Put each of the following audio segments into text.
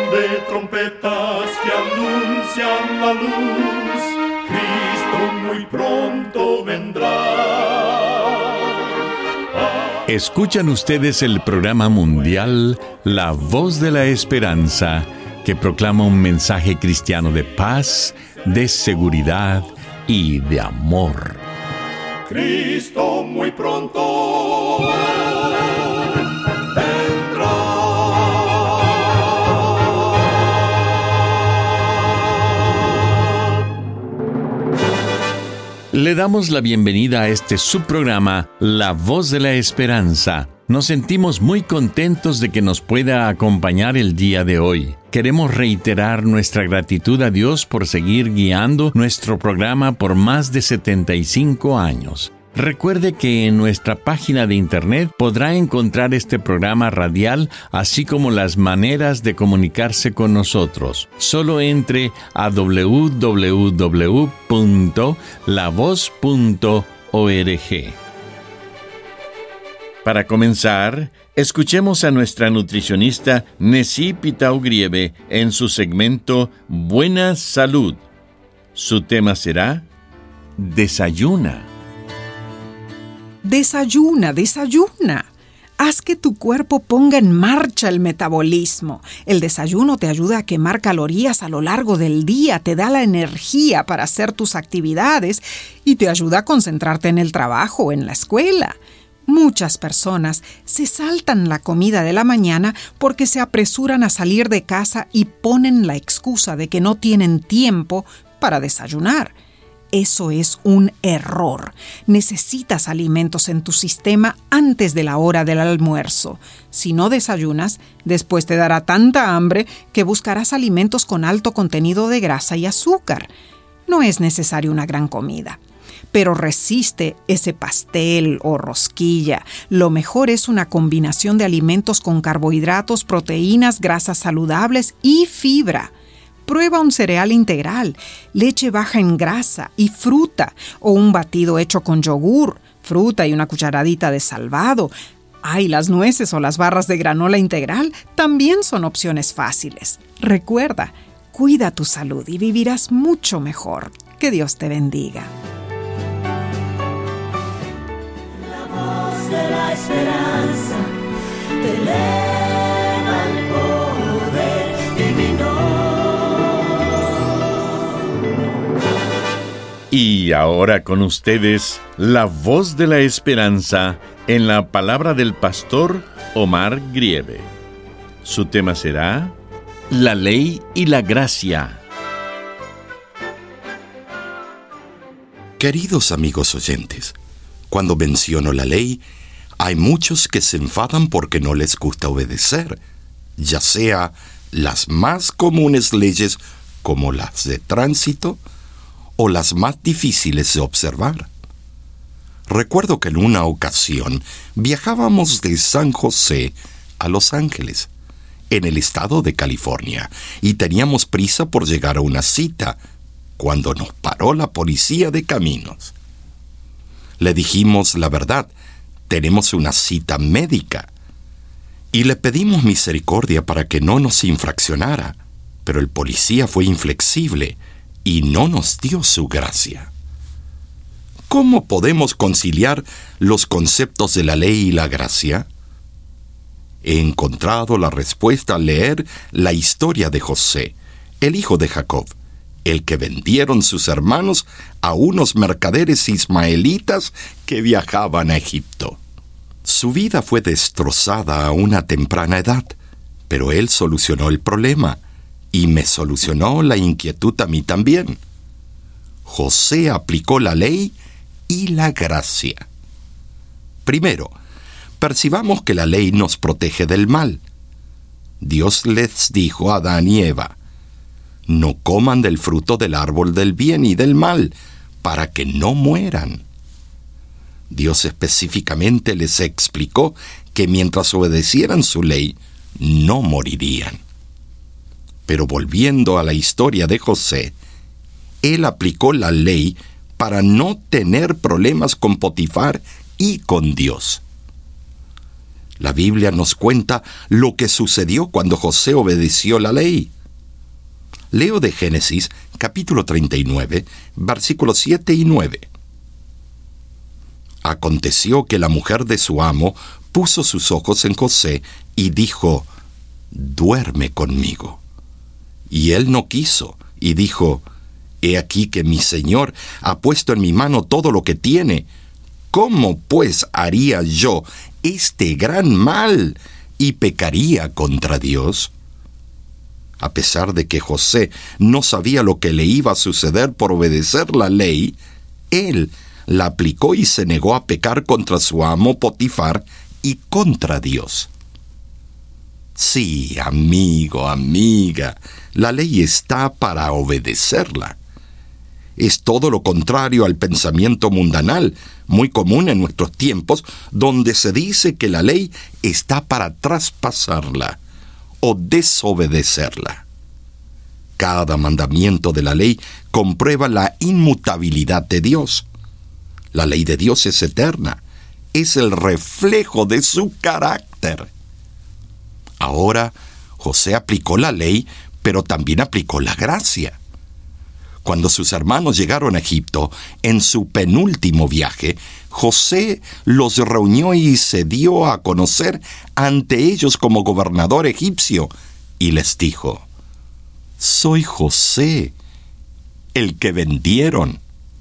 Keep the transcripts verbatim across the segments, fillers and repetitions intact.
de trompetas que anuncian la luz, Cristo muy pronto vendrá. Ah. Escuchan ustedes el programa mundial La Voz de la Esperanza, que proclama un mensaje cristiano de paz, de seguridad y de amor. Cristo muy pronto vendrá. Le damos la bienvenida a este subprograma, La Voz de la Esperanza. Nos sentimos muy contentos de que nos pueda acompañar el día de hoy. Queremos reiterar nuestra gratitud a Dios por seguir guiando nuestro programa por más de setenta y cinco años. Recuerde que en nuestra página de internet podrá encontrar este programa radial, así como las maneras de comunicarse con nosotros. Solo entre a doble u doble u doble u punto la voz punto org. Para comenzar, escuchemos a nuestra nutricionista Nesí Pitao Grieve en su segmento Buena Salud. Su tema será Desayuna. Desayuna, desayuna. Haz que tu cuerpo ponga en marcha el metabolismo. El desayuno te ayuda a quemar calorías a lo largo del día, te da la energía para hacer tus actividades y te ayuda a concentrarte en el trabajo o en la escuela. Muchas personas se saltan la comida de la mañana porque se apresuran a salir de casa y ponen la excusa de que no tienen tiempo para desayunar. Eso es un error. Necesitas alimentos en tu sistema antes de la hora del almuerzo. Si no desayunas, después te dará tanta hambre que buscarás alimentos con alto contenido de grasa y azúcar. No es necesario una gran comida, pero resiste ese pastel o rosquilla. Lo mejor es una combinación de alimentos con carbohidratos, proteínas, grasas saludables y fibra. Prueba un cereal integral, leche baja en grasa y fruta, o un batido hecho con yogur, fruta y una cucharadita de salvado. Ay, las nueces o las barras de granola integral también son opciones fáciles. Recuerda, cuida tu salud y vivirás mucho mejor. Que Dios te bendiga. La voz de la esperanza te eleva al poder divino. Y ahora con ustedes, La Voz de la Esperanza, en la palabra del pastor Omar Grieve. Su tema será La Ley y la Gracia. Queridos amigos oyentes, cuando menciono la ley, hay muchos que se enfadan porque no les gusta obedecer, ya sea las más comunes leyes como las de tránsito o las más difíciles de observar. Recuerdo que en una ocasión viajábamos de San José a Los Ángeles, en el estado de California, y teníamos prisa por llegar a una cita, cuando nos paró la policía de caminos. Le dijimos la verdad, tenemos una cita médica, y le pedimos misericordia para que no nos infraccionara, pero el policía fue inflexible y no nos dio su gracia. ¿Cómo podemos conciliar los conceptos de la ley y la gracia? He encontrado la respuesta al leer la historia de José, el hijo de Jacob, el que vendieron sus hermanos a unos mercaderes ismaelitas que viajaban a Egipto. Su vida fue destrozada a una temprana edad, pero él solucionó el problema y me solucionó la inquietud a mí también. José aplicó la ley y la gracia. Primero, percibamos que la ley nos protege del mal. Dios les dijo a Adán y Eva: no coman del fruto del árbol del bien y del mal, para que no mueran. Dios específicamente les explicó que mientras obedecieran su ley, no morirían. Pero volviendo a la historia de José, él aplicó la ley para no tener problemas con Potifar y con Dios. La Biblia nos cuenta lo que sucedió cuando José obedeció la ley. Leo de Génesis, capítulo treinta y nueve, versículos siete y nueve. Aconteció que la mujer de su amo puso sus ojos en José y dijo: «Duerme conmigo». Y él no quiso, y dijo: «He aquí que mi señor ha puesto en mi mano todo lo que tiene. ¿Cómo pues haría yo este gran mal y pecaría contra Dios?». A pesar de que José no sabía lo que le iba a suceder por obedecer la ley, él la aplicó y se negó a pecar contra su amo Potifar y contra Dios. Sí, amigo, amiga, la ley está para obedecerla. Es todo lo contrario al pensamiento mundanal, muy común en nuestros tiempos, donde se dice que la ley está para traspasarla o desobedecerla. Cada mandamiento de la ley comprueba la inmutabilidad de Dios. La ley de Dios es eterna, es el reflejo de su carácter. Ahora, José aplicó la ley, pero también aplicó la gracia. Cuando sus hermanos llegaron a Egipto, en su penúltimo viaje, José los reunió y se dio a conocer ante ellos como gobernador egipcio, y les dijo: «Soy José, el que vendieron».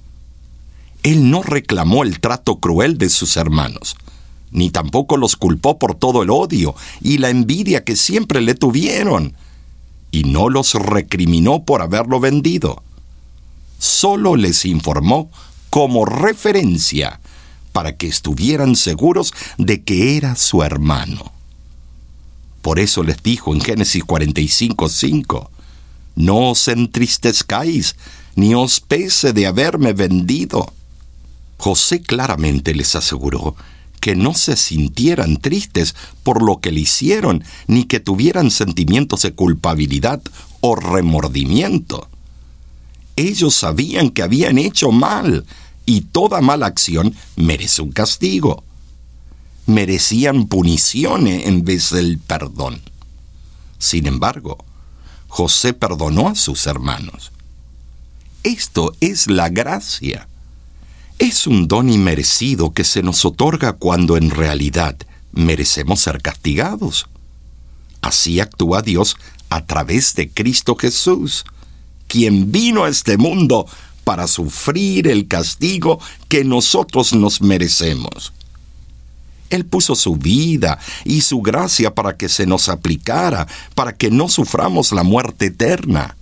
Él no reclamó el trato cruel de sus hermanos, ni tampoco los culpó por todo el odio y la envidia que siempre le tuvieron, y no los recriminó por haberlo vendido. Solo les informó como referencia para que estuvieran seguros de que era su hermano. Por eso les dijo en Génesis cuarenta y cinco, cinco: «No os entristezcáis, ni os pese de haberme vendido». José claramente les aseguró que no se sintieran tristes por lo que le hicieron, ni que tuvieran sentimientos de culpabilidad o remordimiento. Ellos sabían que habían hecho mal, y toda mala acción merece un castigo. Merecían punición en vez del perdón. Sin embargo, José perdonó a sus hermanos. Esto es la gracia. Es un don inmerecido que se nos otorga cuando en realidad merecemos ser castigados. Así actúa Dios a través de Cristo Jesús, quien vino a este mundo para sufrir el castigo que nosotros nos merecemos. Él puso su vida y su gracia para que se nos aplicara, para que no suframos la muerte eterna.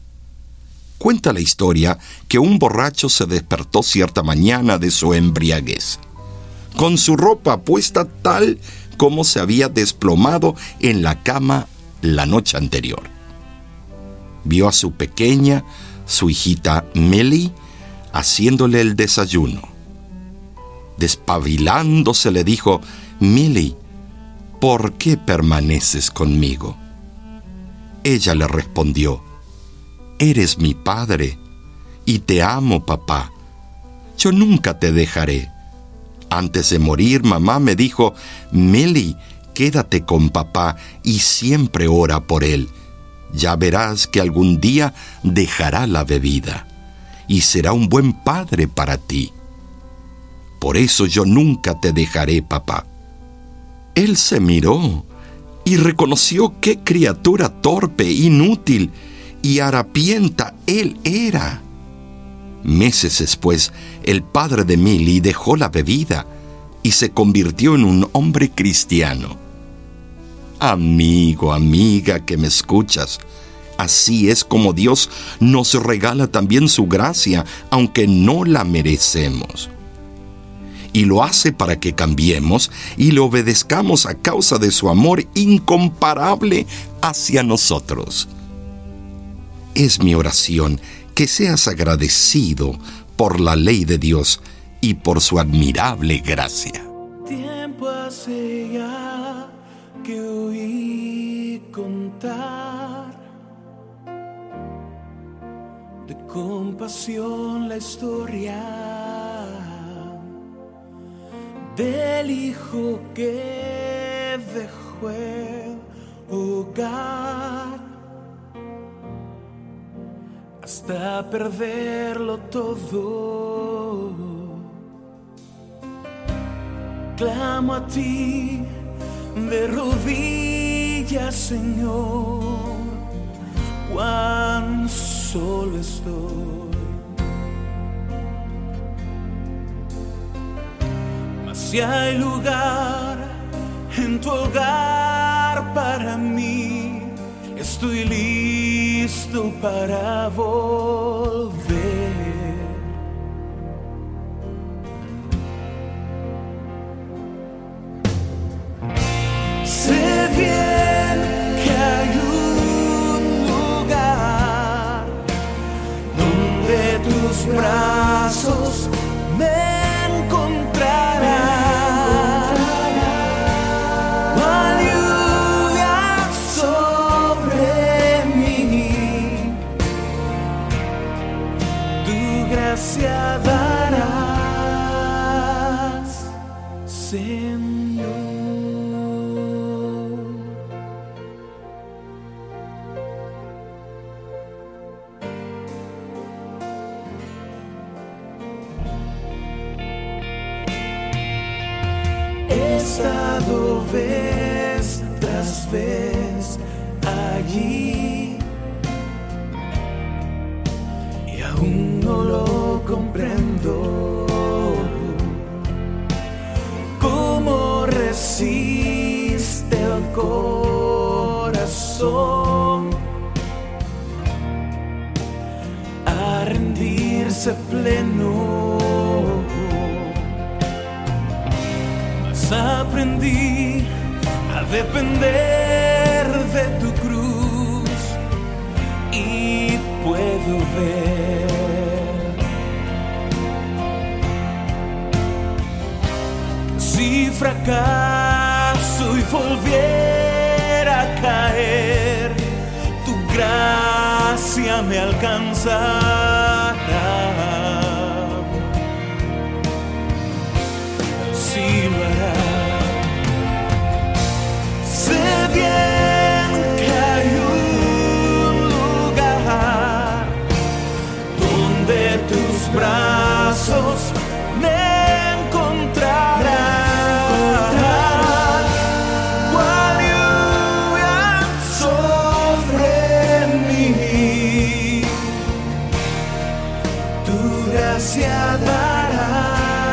Cuenta la historia que un borracho se despertó cierta mañana de su embriaguez, con su ropa puesta tal como se había desplomado en la cama la noche anterior. Vio a su pequeña, su hijita Milly, haciéndole el desayuno. Despabilándose le dijo: «Milly, ¿por qué permaneces conmigo?». Ella le respondió: «Eres mi padre, y te amo, papá. Yo nunca te dejaré. Antes de morir, mamá me dijo: Milly, quédate con papá y siempre ora por él. Ya verás que algún día dejará la bebida, y será un buen padre para ti. Por eso yo nunca te dejaré, papá». Él se miró y reconoció qué criatura torpe, inútil y harapienta él era. Meses después, el padre de Milly dejó la bebida y se convirtió en un hombre cristiano. Amigo, amiga que me escuchas, así es como Dios nos regala también su gracia, aunque no la merecemos. Y lo hace para que cambiemos y le obedezcamos a causa de su amor incomparable hacia nosotros. Es mi oración que seas agradecido por la ley de Dios y por su admirable gracia. Tiempo hace ya que oí contar de compasión la historia del hijo que dejó el hogar hasta perderlo todo. Clamo a ti de rodillas, Señor, cuán solo estoy. Mas si hay lugar en tu hogar para mí, estoy listo para volver. Sé bien que hay un lugar donde tus brazos me encontrarán. Cual lluvia sobre mí, tu gracia darás, Señor. He estado vez tras vez allí y aún no lo comprendo. ¿Cómo resiste el corazón a rendirse pleno? Aprendí a depender de tu cruz y puedo ver si fracaso y volviera a caer, tu gracia me alcanzará. Sí lo hará. Sé bien que hay un lugar donde tus brazos me encontrarán. Cual lluvia sobre mí, tu gracia dará.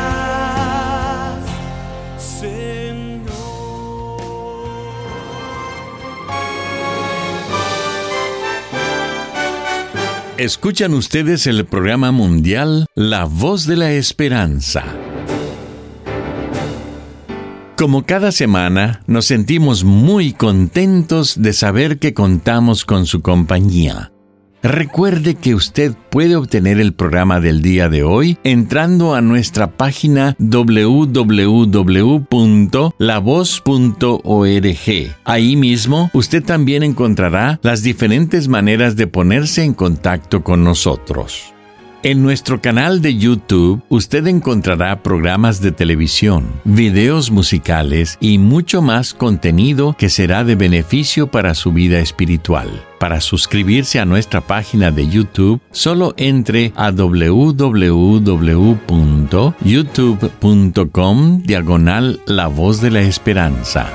Escuchan ustedes el programa mundial La Voz de la Esperanza. Como cada semana, nos sentimos muy contentos de saber que contamos con su compañía. Recuerde que usted puede obtener el programa del día de hoy entrando a nuestra página doble u doble u doble u punto la voz punto org. Ahí mismo, usted también encontrará las diferentes maneras de ponerse en contacto con nosotros. En nuestro canal de YouTube, usted encontrará programas de televisión, videos musicales y mucho más contenido que será de beneficio para su vida espiritual. Para suscribirse a nuestra página de YouTube, solo entre a doble u doble u doble u punto youtube punto com diagonal La Voz de la Esperanza.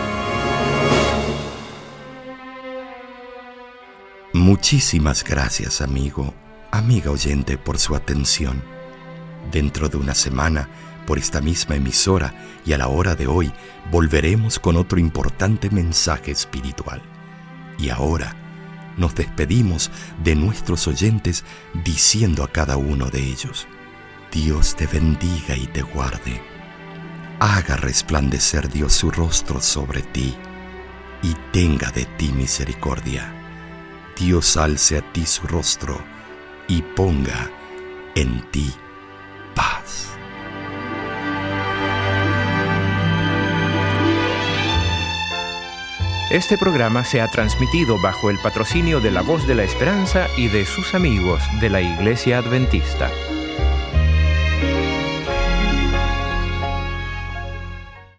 Muchísimas gracias, amigo, amiga oyente, por su atención. Dentro de una semana, por esta misma emisora y a la hora de hoy, volveremos con otro importante mensaje espiritual. Y ahora, nos despedimos de nuestros oyentes diciendo a cada uno de ellos: Dios te bendiga y te guarde. Haga resplandecer Dios su rostro sobre ti y tenga de ti misericordia. Dios alce a ti su rostro y ponga en ti paz. Este programa se ha transmitido bajo el patrocinio de La Voz de la Esperanza y de sus amigos de la Iglesia Adventista.